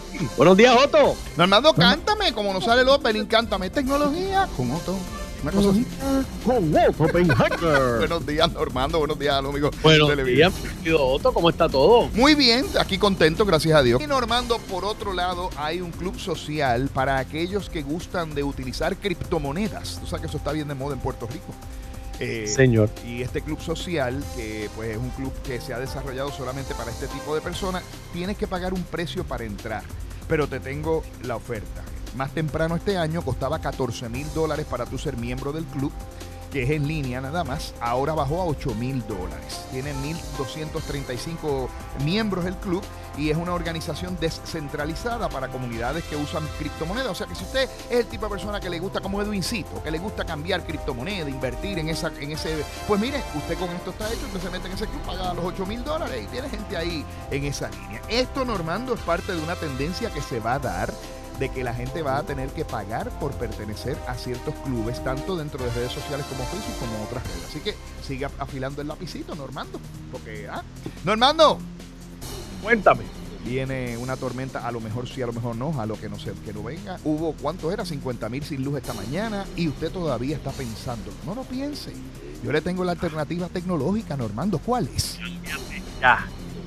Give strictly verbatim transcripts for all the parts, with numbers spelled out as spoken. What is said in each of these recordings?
Buenos días, Otto. Normando, cántame, como no sale el opening, cántame tecnología con Otto. Una cosa así. Con Otto Oppenheimer. Buenos días, Normando. Buenos días, amigos. Buenos días, querido Otto. ¿Cómo está todo? Muy bien, aquí contento, gracias a Dios. Y Normando, por otro lado, hay un club social para aquellos que gustan de utilizar criptomonedas. Tú sabes que eso está bien de moda en Puerto Rico. Eh, Señor. Y este club social, que pues es un club que se ha desarrollado solamente para este tipo de personas, tienes que pagar un precio para entrar. Pero te tengo la oferta. Más temprano este año costaba catorce mil dólares para tú ser miembro del club, que es en línea nada más. Ahora bajó a ocho mil dólares. Tiene mil doscientos treinta y cinco miembros el club y es una organización descentralizada para comunidades que usan criptomonedas. O sea que si usted es el tipo de persona que le gusta, como Edwincito, que le gusta cambiar criptomoneda, invertir en esa, en ese, pues mire, usted con esto está hecho, usted se mete en ese club, paga los ocho mil dólares y tiene gente ahí en esa línea. Esto, Normando, es parte de una tendencia que se va a dar, de que la gente va a tener que pagar por pertenecer a ciertos clubes, tanto dentro de redes sociales como Facebook, como otras redes. Así que siga afilando el lapicito, Normando. Porque, ah, Normando, cuéntame. Viene una tormenta, a lo mejor sí, a lo mejor no, a lo que no sé, que no venga. Hubo, ¿cuánto era? cincuenta mil sin luz esta mañana y usted todavía está pensando. No lo piense. Yo le tengo la alternativa tecnológica, Normando. ¿Cuál es? Ya.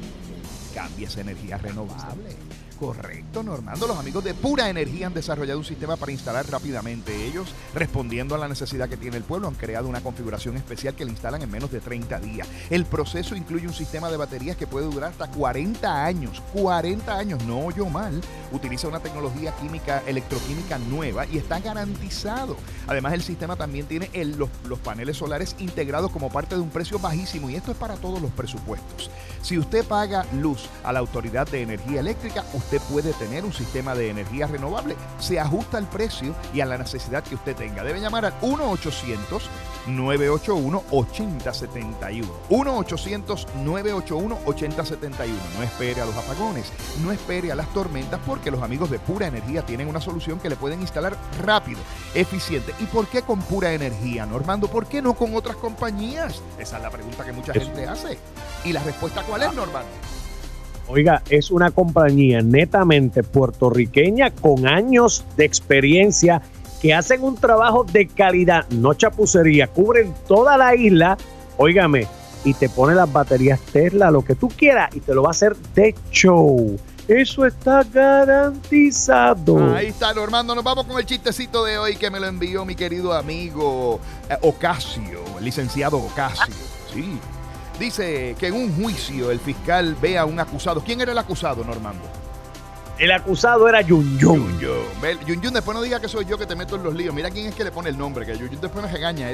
Cambia esa energía renovable. Correcto, Normando. Los amigos de Pura Energía han desarrollado un sistema para instalar rápidamente. Ellos, respondiendo a la necesidad que tiene el pueblo, han creado una configuración especial que le instalan en menos de treinta días. El proceso incluye un sistema de baterías que puede durar hasta cuarenta años. cuarenta años, no oyó mal. Utiliza una tecnología química, electroquímica nueva y está garantizado. Además, el sistema también tiene el, los, los paneles solares integrados como parte de un precio bajísimo, y esto es para todos los presupuestos. Si usted paga luz a la Autoridad de Energía Eléctrica, usted puede tener un sistema de energía renovable. Se ajusta al precio y a la necesidad que usted tenga. Debe llamar al uno ochocientos nueve ocho uno ocho cero siete uno. uno ochocientos nueve ocho uno ocho cero siete uno. No espere a los apagones, no espere a las tormentas, porque los amigos de Pura Energía tienen una solución que le pueden instalar rápido, eficiente. ¿Y por qué con Pura Energía, Normando? ¿Por qué no con otras compañías? Esa es la pregunta que mucha Eso. gente hace. ¿Y la respuesta cuál es, Normando? Oiga, es una compañía netamente puertorriqueña con años de experiencia que hacen un trabajo de calidad, no chapucería, cubren toda la isla, óigame, y te pone las baterías Tesla, lo que tú quieras, y te lo va a hacer de show. Eso está garantizado. Ahí está, Normando. Nos vamos con el chistecito de hoy que me lo envió mi querido amigo eh, Ocasio, el licenciado Ocasio. Sí. Dice que en un juicio el fiscal ve a un acusado. ¿Quién era el acusado, Normando? El acusado era Yun Yun. Yun Yun. Ve, Yun Yun, después no diga que soy yo que te meto en los líos. Mira quién es que le pone el nombre, que Yun Yun después nos regaña.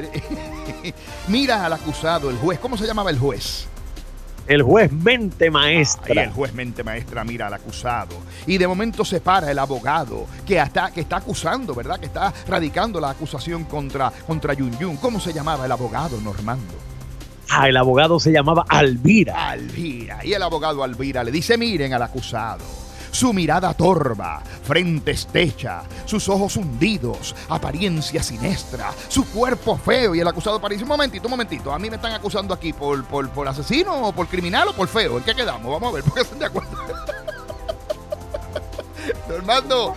Mira al acusado, el juez. ¿Cómo se llamaba el juez? El juez mente maestra. Ah, y el juez mente maestra mira al acusado. Y de momento se para el abogado que está, que está acusando, ¿verdad? Que está radicando la acusación contra, contra Yun Yun. ¿Cómo se llamaba el abogado, Normando? Ah, el abogado se llamaba Alvira. Alvira. Y el abogado Alvira le dice, miren al acusado. Su mirada torva, frente estrecha, sus ojos hundidos, apariencia siniestra, su cuerpo feo. Y el acusado para dice, un momentito, un momentito, a mí me están acusando aquí por, por, por asesino o por criminal o por feo. ¿En qué quedamos? Vamos a ver, porque están de acuerdo. Normando.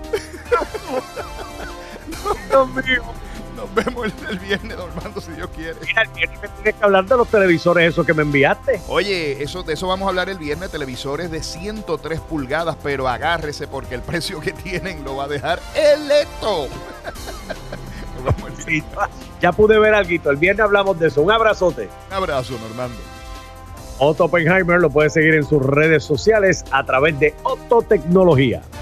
Dios mío. Nos vemos el, el viernes, Normando, si Dios quiere. Mira, el viernes me tienes que hablar de los televisores esos que me enviaste. Oye, eso, de eso vamos a hablar el viernes, televisores de ciento tres pulgadas, pero agárrese porque el precio que tienen lo va a dejar electo. Nos vemos el viernes. Sí, ya pude ver algo. El viernes hablamos de eso. Un abrazote. Un abrazo, Normando. Otto Oppenheimer lo puede seguir en sus redes sociales a través de Otto Tecnología.